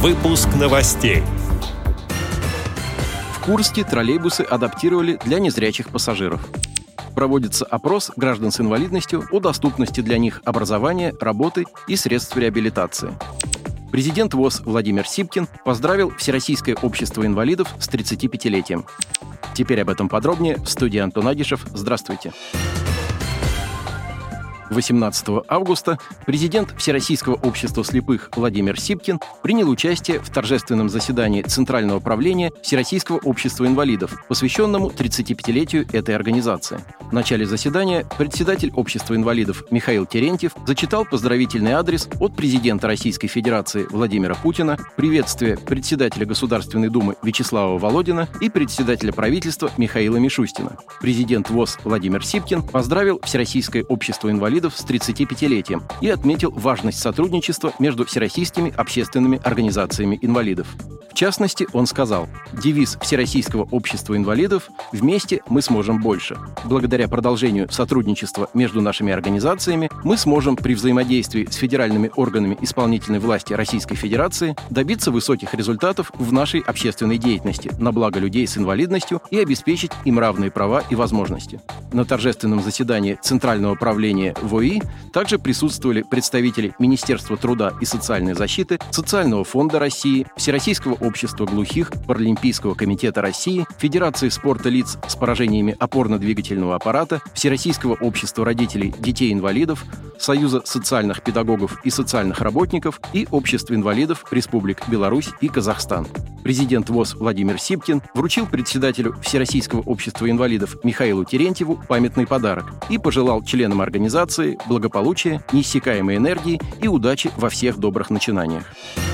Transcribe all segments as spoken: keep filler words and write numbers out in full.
Выпуск новостей. В Курске троллейбусы адаптировали для незрячих пассажиров. Проводится опрос граждан с инвалидностью о доступности для них образования, работы и средств реабилитации. Президент ВОС Владимир Сипкин поздравил Всероссийское общество инвалидов с тридцатипятилетием. Теперь об этом подробнее. В студии Антон Агишев. Здравствуйте. восемнадцатого августа президент Всероссийского общества слепых Владимир Сипкин принял участие в торжественном заседании Центрального правления Всероссийского общества инвалидов, посвященному тридцатипятилетию этой организации. В начале заседания председатель общества инвалидов Михаил Терентьев зачитал поздравительный адрес от президента Российской Федерации Владимира Путина, приветствие председателя Государственной Думы Вячеслава Володина и председателя правительства Михаила Мишустина. Президент ВОС Владимир Сипкин поздравил Всероссийское общество инвалидов с тридцатипятилетием и отметил важность сотрудничества между всероссийскими общественными организациями инвалидов. В частности, он сказал: «Девиз Всероссийского общества инвалидов «Вместе мы сможем больше». Благодаря продолжению сотрудничества между нашими организациями мы сможем при взаимодействии с федеральными органами исполнительной власти Российской Федерации добиться высоких результатов в нашей общественной деятельности на благо людей с инвалидностью и обеспечить им равные права и возможности». На торжественном заседании Центрального правления ВОИ также присутствовали представители Министерства труда и социальной защиты, Социального фонда России, Всероссийского общества глухих, Паралимпийского комитета России, Федерации спорта лиц с поражениями опорно-двигательного аппарата, Всероссийского общества родителей детей-инвалидов, Союза социальных педагогов и социальных работников и Общества инвалидов Республик Беларусь и Казахстан. Президент ВОС Владимир Сипкин вручил председателю Всероссийского общества инвалидов Михаилу Терентьеву памятный подарок и пожелал членам организации благополучия, неиссякаемой энергии и удачи во всех добрых начинаниях.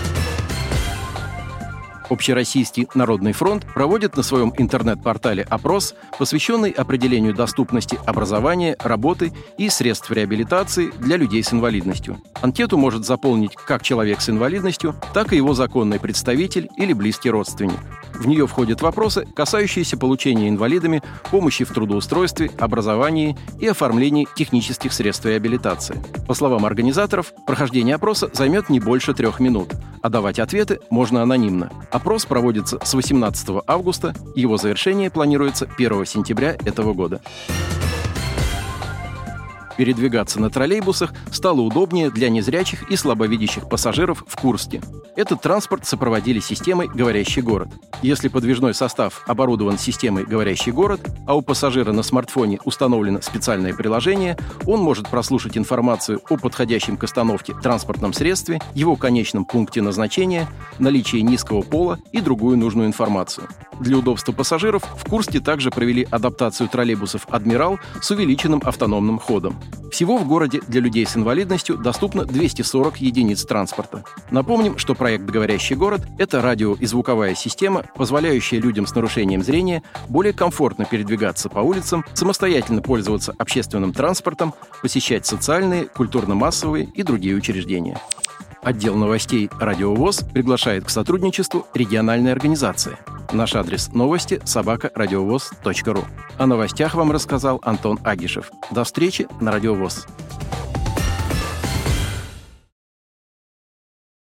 Общероссийский народный фронт проводит на своем интернет-портале опрос, посвященный определению доступности образования, работы и средств реабилитации для людей с инвалидностью. Анкету может заполнить как человек с инвалидностью, так и его законный представитель или близкий родственник. В нее входят вопросы, касающиеся получения инвалидами помощи в трудоустройстве, образовании и оформлении технических средств реабилитации. По словам организаторов, прохождение опроса займет не больше трех минут, а давать ответы можно анонимно. Опрос проводится с восемнадцатого августа, его завершение планируется первого сентября этого года. Передвигаться на троллейбусах стало удобнее для незрячих и слабовидящих пассажиров в Курске. Этот транспорт сопроводили системой «Говорящий город». Если подвижной состав оборудован системой «Говорящий город», а у пассажира на смартфоне установлено специальное приложение, он может прослушать информацию о подходящем к остановке транспортном средстве, его конечном пункте назначения, наличии низкого пола и другую нужную информацию. Для удобства пассажиров в Курске также провели адаптацию троллейбусов «Адмирал» с увеличенным автономным ходом. Всего в городе для людей с инвалидностью доступно двести сорок единиц транспорта. Напомним, что проект «Говорящий город» — это радио- и звуковая система, позволяющая людям с нарушением зрения более комфортно передвигаться по улицам, самостоятельно пользоваться общественным транспортом, посещать социальные, культурно-массовые и другие учреждения. Отдел новостей «Радио ВОС» приглашает к сотрудничеству региональной организации. Наш адрес новости – собака радиовоз точка ру. О новостях вам рассказал Антон Агишев. До встречи на Радио ВОС.